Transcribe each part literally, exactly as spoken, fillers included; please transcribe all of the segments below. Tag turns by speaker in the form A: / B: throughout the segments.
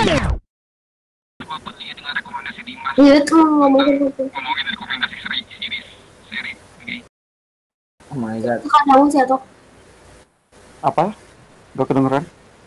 A: Bapak lihat dengan rekomendasi Dimas.
B: Iya itu ngomongin itu.
A: Ngomongin rekomendasi seri series seri. Oke.
C: Oh my god.
B: Itu kan tahu sih atau
D: Apa? Gak kedengeran?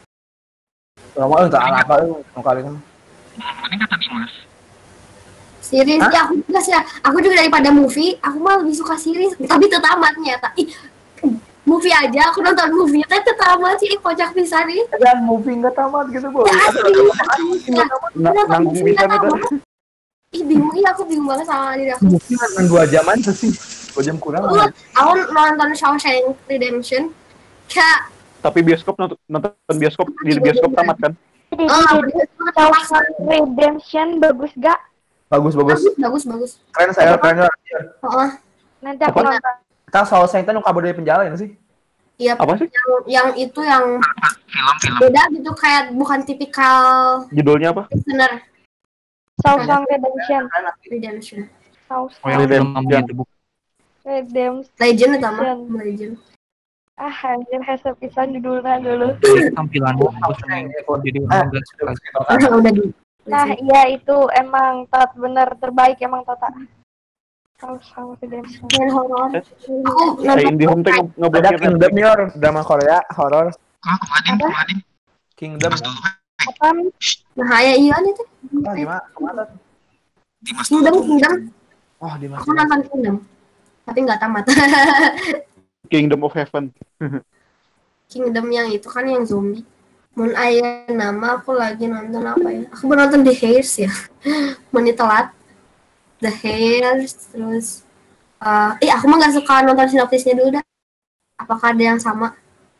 C: Lama enggak ala apa lu kali kan.
A: Mending kata Dimas.
B: series ya aku juga sih. Aku juga daripada movie, aku malah lebih suka series. Tapi tetamatnya tak. Ih, movie aja aku nonton movie tapi tetamat sih kocak pisan nih.
C: Dan movie enggak tamat gitu, Boy.
B: Ya, asli.
D: Na- nanggung bisa gitu.
B: Ih bingung, iya aku bingung banget sama diri aku.
C: Movie kan dua jaman sih. dua jam kurang.
B: Aku, aku nonton Shawshank Redemption kayak
D: Tapi bioskop nonton, nonton bioskop di bioskop tamat kan?
B: oh,
E: Shawshank Redemption bagus gak?
C: Bagus bagus.
B: bagus bagus bagus.
C: Keren saya keren.
B: Oh,
E: Nanti aku
D: Apa?
E: nonton.
C: Kita soal saya itu kabur dari penjara ya sih?
B: iya.
D: Apa sih?
B: Yang yang itu yang
A: Film-film.
B: beda gitu kayak bukan tipikal
D: Judulnya apa?
B: listener
E: Shawshank Redemption.
B: Redemption.
F: Oh,
E: Shawshank
F: yang film
D: Redemption.
F: itu bukan.
E: Redemption.
B: Legend itu mah Legend.
E: Ah, anjir hesep pisan judulnya dulu.
F: Tampilannya bagus memang. Jadi orang nggak suka.
B: Udah di.
E: Nah, iya itu emang tot bener terbaik emang Tota. Shawshank Redemption.
B: Dan horor.
D: Eh,
B: Aku
D: Kayak
B: nonton
D: Indie Home teh nge-
C: Ada
D: ngeblokir
C: Kingdom yor, drama Korea horor.
A: Kalau Adin, kalau Adin.
C: Kingdom.
A: Dimas dulu.
E: Apa?
B: nah ya iya nih tuh.
C: Ah, gimana? Kemana?
A: Dimas
B: Kingdom
A: dulu.
B: Kingdom.
C: Oh, di
B: Aku nonton Kingdom. Tapi nggak tamat.
D: Kingdom of Heaven.
B: Kingdom yang itu kan yang zombie. Mun aya nama aku lagi nonton apa ya? Aku baru nonton The Hairs ya. Menit telat. The Hairs terus uh, eh aku mah nggak suka nonton sinopsisnya dulu dah. Apakah ada yang sama?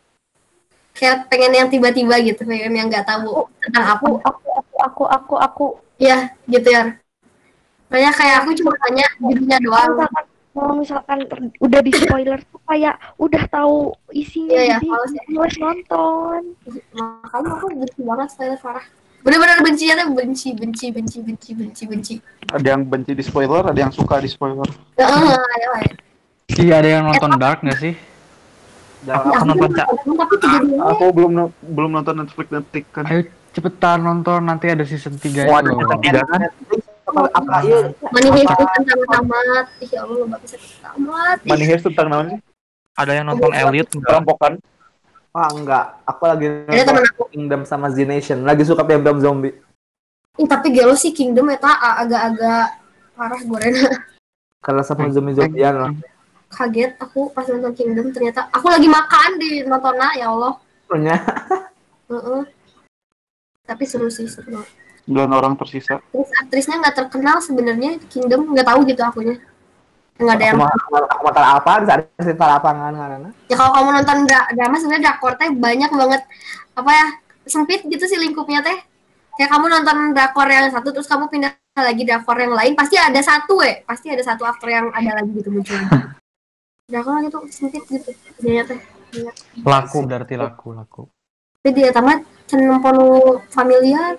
B: Kayak pengen yang tiba-tiba gitu, pengen yang nggak tahu tentang apa.
E: Aku aku aku aku aku aku
B: Ya, gitu ya. Makanya kayak aku cuma tanya judulnya doang.
E: misalkan kalau misalkan ter- udah di spoiler tuh kayak udah tahu isinya
B: Iya, ya,
E: jadi
B: males ya.
E: males nonton.
B: Makanya aku benci banget spoiler parah. Bener-bener bencinya tuh benci, benci, benci, benci, benci, benci.
D: Ada yang benci di spoiler, ada yang suka di spoiler.
B: Heeh, ada lah ya.
F: Iya, ada yang nonton Dark nggak sih? Aku
B: Aku
F: nonton,
B: juga
F: Cak.
B: nonton, tapi tiga-tiganya
D: Aku belum no- belum nonton Netflix Netflix kan.
F: Ayo cepetan nonton, nanti ada season tiga
C: Oh, ada
F: itu.
C: season tiga kan? Apa iya?
B: Money Heist itu tentang tamat. Ih, ya Allah, nggak bisa tamat. Ih,
D: Money Heist tentang naon sih?
F: Ada yang nonton Elite nggak?
D: Perampokan.
C: Ah, enggak. Aku lagi
B: Ada temen aku.
C: Kingdom sama Z Nation. Lagi suka film-film zombie.
B: Ih, tapi gelo sih Kingdom eta a- agak-agak parah gue Rena.
C: Kalau sama zombie-zombian lah.
B: Kaget aku pas nonton Kingdom ternyata aku lagi makan di nontonnya ya Allah.
C: Punya.
B: Heeh. Tapi seru sih seru.
D: Sembilan orang tersisa.
B: Terus aktrisnya nggak terkenal sebenarnya Kingdom nggak tahu gitu akunya. Nggak ada
C: Aku
B: yang.
C: mau aku mau tahu apa? Bisa ada cerita lapangan karena.
B: Ya kalau kamu nonton dra- drama sebenarnya drakor teh banyak banget apa ya sempit gitu sih lingkupnya teh. Kayak kamu nonton drakor yang satu terus kamu pindah lagi drakor yang lain pasti ada satu eh pasti ada satu aktor yang ada lagi gitu muncul. Drakor gitu sempit gitu. Jadinya teh. Banyak.
F: Laku berarti laku, laku.
B: Tapi dia tamat cenah panu familiar.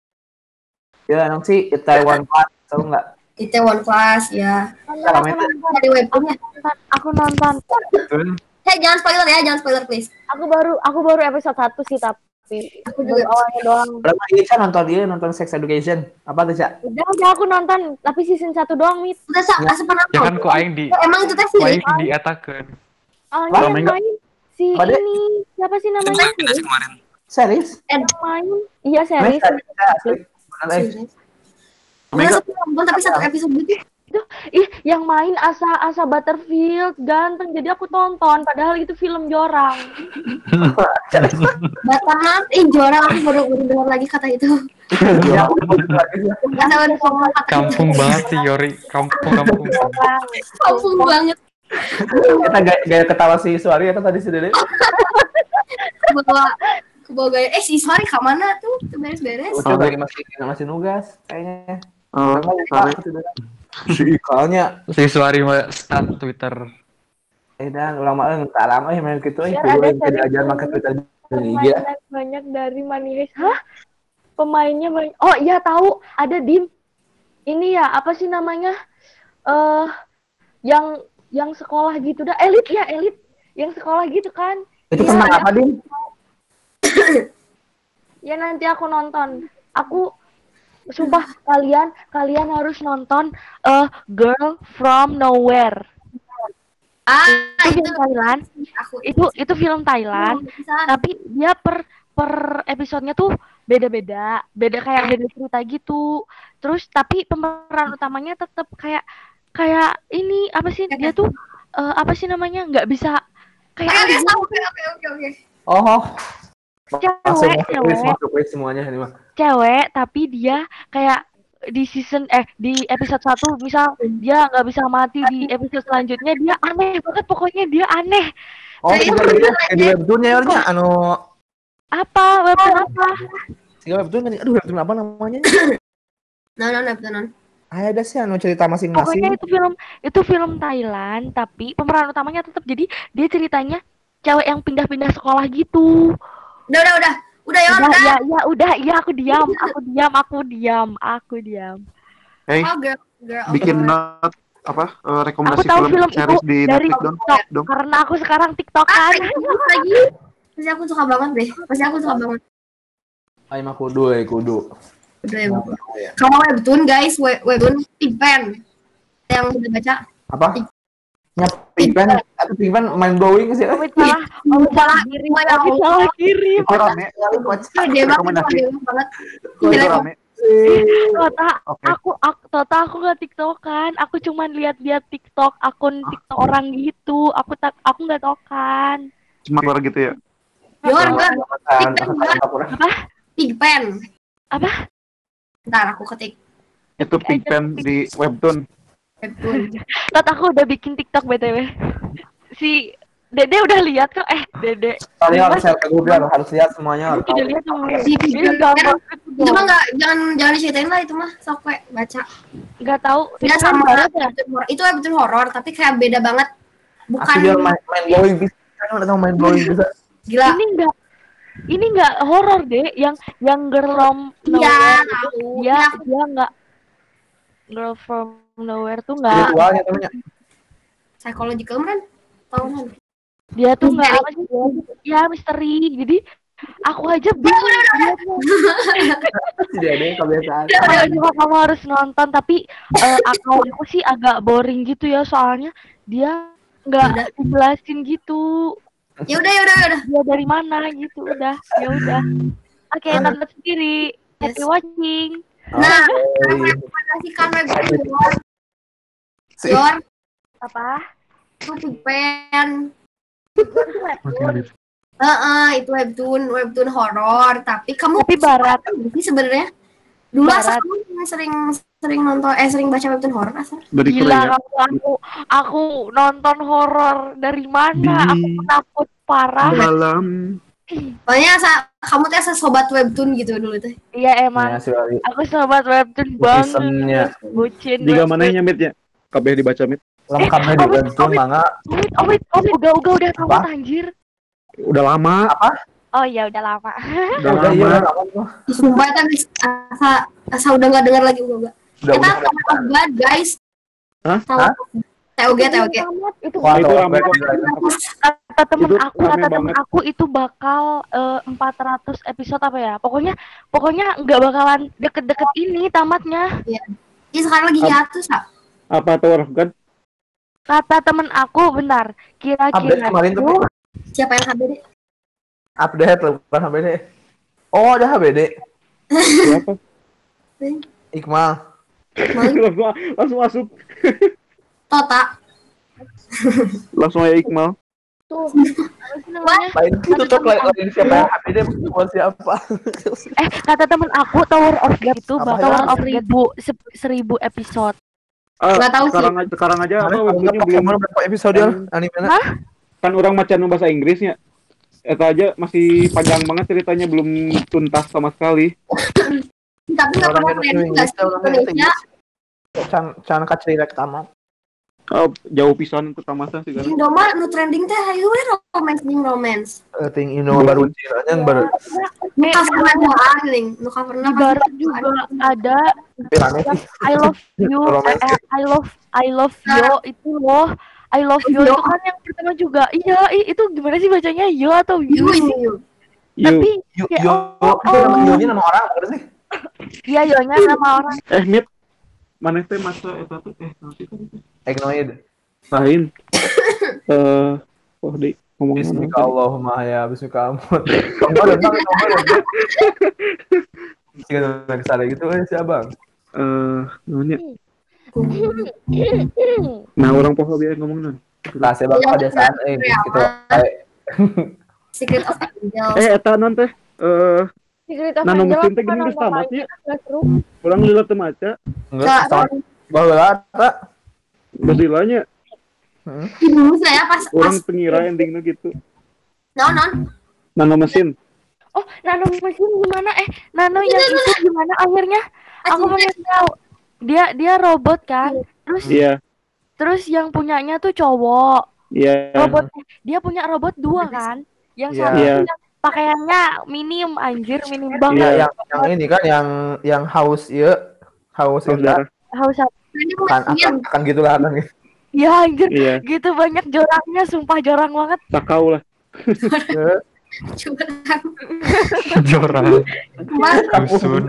C: Ya, nang sih Taiwan Class, tahu enggak?
B: Itu one class ya.
E: Nonton, aku
C: Namanya
E: nonton,
B: Dari webtoonnya.
E: aku nonton.
B: Hei jangan spoiler ya, jangan spoiler please.
E: Aku baru aku baru episode satu sih tapi
B: Aku
E: baru
B: juga.
E: awalnya doang.
C: Berapa ini Cak nonton dia nonton Sex Education? Apa tuh, Cak?
E: Udah udah aku nonton tapi season satu doang, Mit.
B: Udah sa, asup
F: Ya kan kok aing di
B: Emang itu teh
F: kok
B: sih.
F: aing diatakeun.
E: Oh,
D: Wah,
E: yang
D: enggak.
E: main si
C: Apa dia?
E: ini siapa sih namanya?
A: Rekomendasi kemarin.
C: Serius?
E: Yang main iya
C: Main
E: series.
C: serius, Cak. Beneran, eh.
B: Udah satu nonton tapi satu episode gitu.
E: Ih, yang main Asa Asa Butterfield ganteng jadi aku tonton padahal itu film jorang.
B: Batangan, eh juara aku baru baru dengar lagi kata itu.
C: Ya, aku mau dengar lagi ya.
B: Ada ada ngomong kata
F: Kampung banget sih Yori, kampung kampung.
E: Jorang.
B: kampung banget.
C: Kita gaya, gaya ketawa si Suari itu tadi si Dede.
B: Bawa bawa gaya. Eh si Iswari ke mana tuh? Tuh beres-beres.
C: Ucup lagi masih masih nugas kayaknya.
D: Oh, sorry.
C: Si Ikalnya.
F: Si Suari mah stan Twitter.
C: Eh dan ulama eh tak lama ya main gitu eh.
E: Biar
C: Dulu
E: ada
C: yang tadi
E: serius
C: ajar makan Twitter di I G.
E: Pemainnya banyak dari Money Heist. Hah? Pemainnya banyak. Oh iya tahu ada Dim. Ini ya apa sih namanya? Eh yang yang sekolah gitu dah. Elit ya elit. Yang sekolah gitu kan.
C: Itu
E: Iya,
C: tentang
E: ya.
C: apa, Din?
E: Ya nanti aku nonton. aku sumpah kalian kalian harus nonton uh, Girl from Nowhere.
B: Ah,
E: Itu
B: itu
E: film Thailand.
B: aku
E: Itu itu film Thailand,
B: bisa.
E: tapi dia per per episodenya tuh beda-beda, beda kayak beda cerita gitu. Terus tapi pemeran utamanya tetap kayak kayak ini apa sih dia tuh uh, apa sih namanya nggak bisa kayak
B: Oke, oke,
E: alien.
B: stop. Oke, oke, oke, oke.
C: Oh, langsung
E: Cewek,
C: masuk quiz,
E: cewek.
C: masuk quiz semuanya ini mah.
E: Cewek tapi dia kayak di season eh di episode satu misal dia nggak bisa mati, di episode selanjutnya dia aneh banget, pokoknya dia aneh.
C: Oh,
B: Nah,
C: tiga
B: itu
C: dia
B: bener
C: di webtoonnya ya nya anu
E: Apa webtoon apa?
C: tiga webtoon kan. Aduh, webtoon apa namanya?
B: Non, non, non, non.
C: Ada sih anu cerita
E: Pokoknya
C: masing-masing.
E: itu film itu film Thailand, tapi pemeran utamanya tetap jadi dia ceritanya cewek yang pindah-pindah sekolah gitu.
B: Udah, udah, udah. Udah ya,
E: Udah,
B: udah.
E: ya, ya, udah, ya aku diam, aku diam, aku diam, aku diam.
D: Hey,
B: Oh, girl, girl.
D: bikin
B: oke.
D: not apa eh,
E: Aku
D: rekomendasi
E: tahu
D: film,
E: film itu
D: series di
E: dari
D: Netflix dong.
E: TikTok
D: dong.
E: karena aku sekarang
B: Ah,
E: TikTokan.
B: TikTok lagi. Pasti aku suka banget deh. Pasti aku suka banget.
C: Ayo mah kudu, eh kudu.
B: Udah ya, Bu. Kalau webtoon guys, we- webtoon Pigpen. Yang udah baca.
C: Apa? Nya Pigpen, atau Pigpen mind blowing sih.
E: Omit salah, omit salah kirim,
B: Wah, ya
E: omit
B: Allah.
E: salah kirim.
D: Itu rame.
B: Ide banget,
D: Rekomendasi.
B: ide banget.
D: Itu
B: Gila,
D: rame.
E: Tota,
D: Oke.
E: aku, aku, Tota aku nggak TikTokan, aku cuman lihat-lihat TikTok akun TikTok orang gitu. Aku tak, aku nggak tokan.
D: Cuma keluar gitu ya.
B: Yor, Yor.
E: Apa?
B: Pigpen.
E: Apa?
B: Ntar aku ketik
D: Itu Pigpen di webtoon.
B: webtoon.
E: Tot aku udah bikin TikTok B T W. Si Dede udah lihat kok, eh Dede.
C: Kalian harus share ke gue biar harus lihat semuanya.
E: Aku udah lihat semua.
B: Si
E: Ini
B: Pigpen.
E: gampang.
B: Itu mah nggak, jangan jangan diceritain lah itu mah. Sok we, baca.
E: Nggak tahu.
B: Dia
E: Itu
B: sama
E: barat ya?
B: webtoon horor. Itu webtoon horor, tapi kayak beda banget. Bukan
C: Aku biar main main blowing bisa. Kan udah tahu main blowing bisa.
B: gila.
E: Ini enggak ini enggak horor deh, yang yang girl from
B: Iya,
E: nowhere itu,
B: tahu.
E: dia
B: Iya.
E: dia enggak girl from nowhere tuh enggak,
C: Spiritualnya namanya.
B: Psychological man. Tahu kan?
E: dia tuh enggak
B: Misteri.
E: apa sih, dia tuh- ya misteri. Jadi aku aja bingung liatnya.
C: Tidak ada yang kebiasaan.
E: Makanya juga kamu harus nonton, tapi eh, aku sih agak boring gitu ya, soalnya dia enggak dijelasin gitu.
B: Ya udah, ya udah, ya udah.
E: Dia dari mana gitu, udah ya udah. Oke, tonton sendiri. Happy
B: Yes.
E: watching.
B: Nah,
C: Oke.
B: rekomendasikan webtoon Yor.
C: Si-
B: Yor,
E: Apa?
B: itu Pigpen. Heeh, itu webtoon, webtoon horor, tapi kamu
E: Tapi barat.
B: sih sebenarnya. Dulu asal
E: Barat.
B: kamu sering sering nonton eh sering baca webtoon horor asal.
D: Dari
E: Gila,
D: Korea.
E: kamu aku aku nonton horor dari mana?
D: Di-
E: Aku takut parah.
D: Dalam
B: Pokoknya asal kamu tuh asal sobat webtoon gitu dulu teh.
E: Iya
C: Ya,
E: emang.
C: si Wali.
E: Aku sobat webtoon
C: Bucisennya.
E: banget. Bucin.
D: Jika
E: banget.
D: mana yang nyamit ya? Kabeh dibaca mit.
C: Lengkapnya di
E: Eh, Omit,
C: webtoon
E: Omit.
C: manga.
E: Omit, omit, omit. Uga, uga udah tamat
C: Apa?
E: anjir.
D: Udah lama.
E: Oh iya udah lama.
D: Udah
C: Udah iya
D: lama.
C: udah lama tuh.
B: Ih, Sumpah itu guys, asal asal udah nggak dengar lagi udah enggak.
C: Udah
B: Kita
C: udah.
B: Tower of God guys.
D: Hah?
B: Tower of God. T O G, T O G.
E: Tamat, itu
C: Wah,
D: Itu
C: tuh,
D: rame kok.
E: kata temen
D: Itu
E: aku,
D: rame
E: kata temen
D: banget.
E: aku itu bakal eh, empat ratus episode apa ya? Pokoknya pokoknya nggak bakalan deket-deket ini tamatnya.
B: Ini sekarang lagi hiatus, Kak.
D: Apa Tower of God?
E: Kata temen aku, bentar,
C: Update
E: kira-kira
C: kemarin tuh.
E: tuh
B: Siapa yang H B D?
C: Update loh, bukan H B D. Oh, ada H B D.
D: Berapa?
C: Iqmal.
D: langsung, langsung masuk.
B: Tota.
D: Langsung aja Iqmal.
E: tuh apa sih namanya?
C: Lain itu tuh lain lain siapa yang H B D buat siapa?
E: Eh kata temen aku Tower of God itu
C: Apa
E: bakal
C: ya?
E: seribu se- seribu episode.
D: Ah,
B: Nggak tahu sih.
D: sekarang aja sekarang aja apa webtoonnya belum
C: Belum berapa episode ya animenya?
E: Hah?
D: kan orang macan bahasa Inggrisnya. Eta aja masih panjang banget ceritanya belum tuntas sama sekali.
B: Tapi nggak pernah
C: Orang
B: trending nggak sih
C: Indonesia, orang
B: Indonesia?
C: Can can kacirek tamat.
D: Oh, jauh pisan ke tamatnya sih kan.
B: Indoma nu trending teh hayu we romance ding romance.
C: Eh, ting Ino baru Cina yang baru
B: Nu coverna doang ning, nu coverna
E: Di barat juga ada
C: pirane sih.
E: I love you,
C: Romance.
E: eh, I love I love you itu loh. I love you itu kan yang pertama juga. Iya, i- itu gimana sih bacanya? Yo atau you
B: Yu
E: sih?
B: yu yu.
E: Tapi
C: Yo
E: kayak,
C: yo
E: oh,
C: itu nama
E: oh.
C: Yonya nama orang bukan sih?
E: Iya, yonya nama orang.
D: Eh, Mit. Mana teh masa eta tuh eh nanti kan
C: Egnoid.
D: lain. Eh, oh di ngomongin
C: Bismika Allahumma ya, bismika ampun. Kamu ada bang, kamu ada bang. Jika udah kesana gitu, eh si abang.
D: Eh, namanya. Nah, orang poho biar ngomong non.
C: Nah, saya bakal kebiasaan, eh, gitu.
B: Secret of Angels.
D: Eh, eta non teh. Eh,
E: Secret of
D: Nano
E: Angel
D: mesin
E: aku
D: teh gini
E: pernah
D: geus tamat
E: main,
D: ya.
E: nggak seru.
D: Orang lihat teu maca.
C: Enggak, sama baheula eta.
D: Basilanya
C: Heeh.
B: Dulu saya pas
D: orang
B: pas
D: pengira endingnya gitu.
B: non non
D: Nano mesin.
E: Oh, nano mesin gimana? Eh, nano yang itu gimana akhirnya? Aku pengen tahu. Dia dia robot kan? Terus
D: Iya,
E: terus yang punyanya tuh cowok.
D: iya.
E: Robot dia punya robot dua kan? Yang
C: Iya.
E: satu
D: Iya.
E: yang pakaiannya minim anjir, minim
C: Iya,
E: banget.
C: yang yang ini kan yang yang haus ieu, haus
D: Saudara.
E: Haus apa?
B: ini
C: kan
B: mesin
C: akan akan gitu lah kan.
E: Ya anjir,
D: Iya,
E: gitu banyak jorangnya, sumpah jorang banget.
D: sakau lah.
B: curang.
F: Jorang.
B: Kemarin
F: Rusun.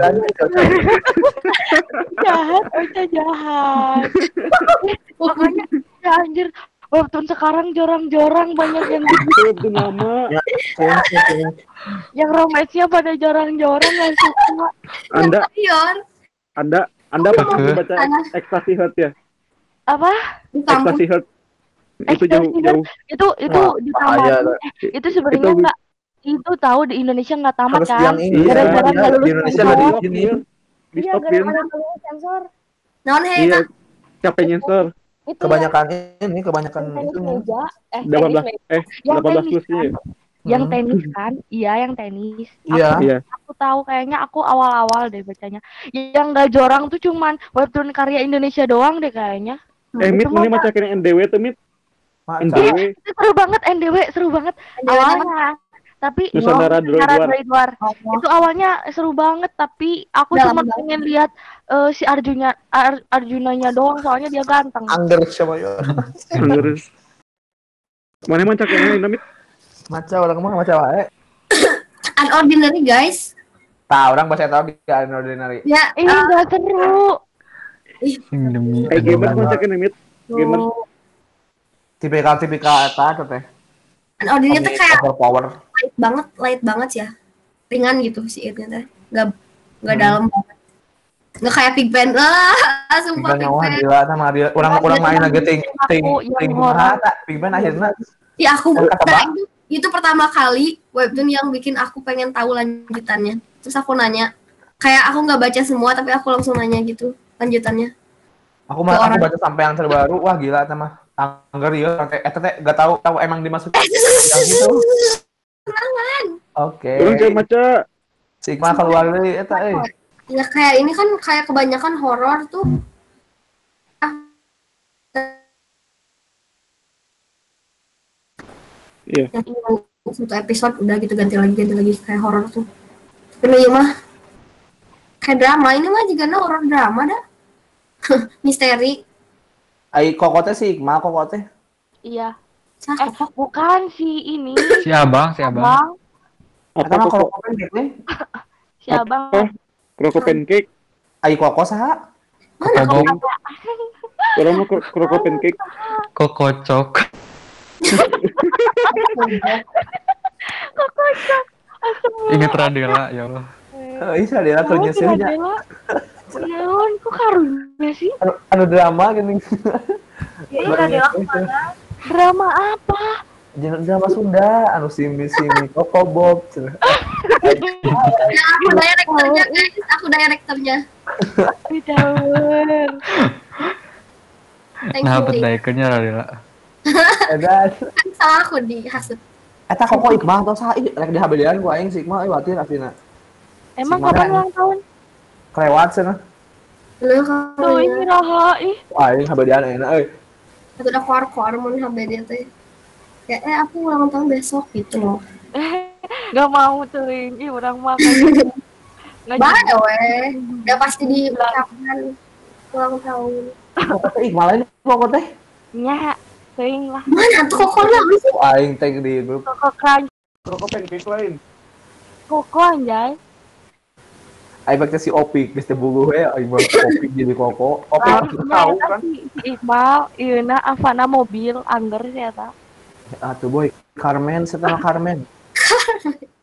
E: Jahat, Ocha jahat. Makanya ya anjir, webtoon sekarang jorang-jorang banyak yang gitu.
D: Itu nama
E: Yang romance-nya pada jorang-jorang gak suka.
D: Anda
B: Pion
D: Anda Anda pasti
F: Oke.
D: baca Ecstasy Heart ya?
E: Apa?
B: di kampus
D: Ecstasy Heart. Itu jauh
E: Ecstasy
D: jauh.
E: Itu itu
C: Wah,
E: di
C: bahaya,
E: tamat. Eh, itu sebenarnya
D: Itu-
E: enggak itu tahu di Indonesia nggak tamat
C: Harus
E: kan?
C: yang ini
D: Iya,
E: Gara-gara
C: iya,
E: nggak lulus
C: di Indonesia
E: sensor.
C: nggak diizinin.
D: Di
E: Iya,
D: stopin.
E: gara-gara nggak lulus sensor.
B: non hei
D: Iya,
B: tak
D: capek nyensor.
E: Itu
C: Kebanyakan ini, kebanyakan
E: yang tenis
C: itu.
E: meja, eh
D: delapan belas
E: tenis meja.
D: eh
E: Yang
D: delapan belas
E: tenis
D: plusnya ya?
E: kan? Yang
C: Hmm.
E: tenis kan? Iya, yang tenis.
C: Iya.
D: Iya.
E: Aku tahu kayaknya aku awal-awal deh bacanya. Yang nggak jorang tuh cuman webtoon karya Indonesia doang deh kayaknya.
D: Eh, Mit,
E: Itu
D: mana
E: mah-
D: maca kena N D W tuh, Mit?
C: Maca.
D: N D W.
E: Itu seru banget N D W, seru banget awalnya. Tapi
D: Nusantara
E: oh, Nusantara
D: Droid
E: Droid War. Itu awalnya seru banget, tapi aku
B: Dalam
E: cuma
B: banget.
E: pengen lihat eh, si Arjuna Ar- Arjunanya doang soalnya dia ganteng.
C: Angger siapa ya?
D: Angger. Mana maca kena ini, Mit?
C: Maca orang mah maca wae.
B: unordinary guys
C: Tah, orang bahasa eta ge ordinary.
B: ya
E: Eh, enggak seru.
F: Sing demi.
D: Eh, gamer maca kena, Mit. Gamer.
C: Tipikal-tipikal eta teh.
B: unordinary tuh kayak
C: overpower.
B: light banget light banget ya ringan gitu sih itu teh nggak nggak dalam banget nggak kayak Big Bang ah sumpah
C: Big
B: Big
C: Bang wah
B: Bang
C: gila tah Mario. Orang orang main lagi ting ting
E: Yang
C: ting
E: horor.
C: kumaha Big Bang akhirnya
B: ya aku
C: Yang kata
B: nah,
C: Bang.
B: itu, itu pertama kali webtoon yang bikin aku pengen tahu lanjutannya terus aku nanya kayak aku nggak baca semua tapi aku langsung nanya gitu lanjutannya
C: aku mah
B: Ke
C: aku
B: orang.
C: baca sampai yang terbaru. Wah gila tah mah. Angger ya sampai eta teh enggak tahu tahu emang dimasukin yang itu. Oke.
D: Orang kayak maca
C: Sigma keluar deui eta euy.
B: ya kayak ini kan kayak kebanyakan horor tuh
D: iya.
B: yang satu episode udah gitu ganti lagi ganti lagi kayak horor tuh tapi ini mah kayak drama ini mah juga nah horor drama dah misteri
C: Ai koko teh Sigma koko teh.
E: Iya.
B: Cah,
E: Eh,
B: kok
E: bukan si ini.
F: Si abang, si abang.
E: Abang,
D: Apa
C: Eta mah
D: koko?
C: koko pendek teh.
E: si abang.
D: Apa? Kroko pancake.
C: Ai koko saha?
F: Kobong,
D: Orang mau kro- kroko pancake.
F: kokocok. Ingat Radela, ya Allah.
C: Heuh, isa dia keur nyeuseun nya.
E: Naon kok karunya sih?
C: Anu, anu drama geuning.
E: Ini Radela kemana? Drama apa?
C: Jangan drama Sunda, anu simi-simi Koko Bob. cenah.
B: aku direkturnya guys aku direkturnya
E: Bidawar.
B: thank
F: Nah,
B: you
F: bet
B: Lee.
F: daekeunnya Radela.
C: Edan.
B: kan sama aku dihasut
C: Eta Koko Iqmah atau saha ih rek dihabelian ku aing Sigma euy watir asina.
E: Emang
C: Si
E: kapan
C: mana?
E: ulang tahun?
C: Kelewat cenah.
B: lu
E: Tuh
B: kalau
E: ini Raha ih.
C: Wah, aing habelian enak euy.
B: aku udah keluar keluar mau H B D teh kayak eh aku ulang tahun besok gitu loh
E: Gak mau tuh ini orang makan. Nggak
B: bah
E: jadi.
B: weh udah pasti diucapkan ulang tahun
C: Koko teh Iqmah lain Koko teh.
E: Nya, teuing lah.
B: mana tuh kokornya sih
C: Wah, aing teh di grup.
E: Koko crunch,
D: Kroko pancake lain.
E: koko anjay.
C: Aing pakai si Opik, geus teh buluh we aing mah Opik jadi koko. Opik
E: Lain
C: kita tahu
E: eta
C: kan.
E: si si Iqbal, ieu na Avana mobil angger sih eta.
C: Atuh boy, Carmen setelah Carmen.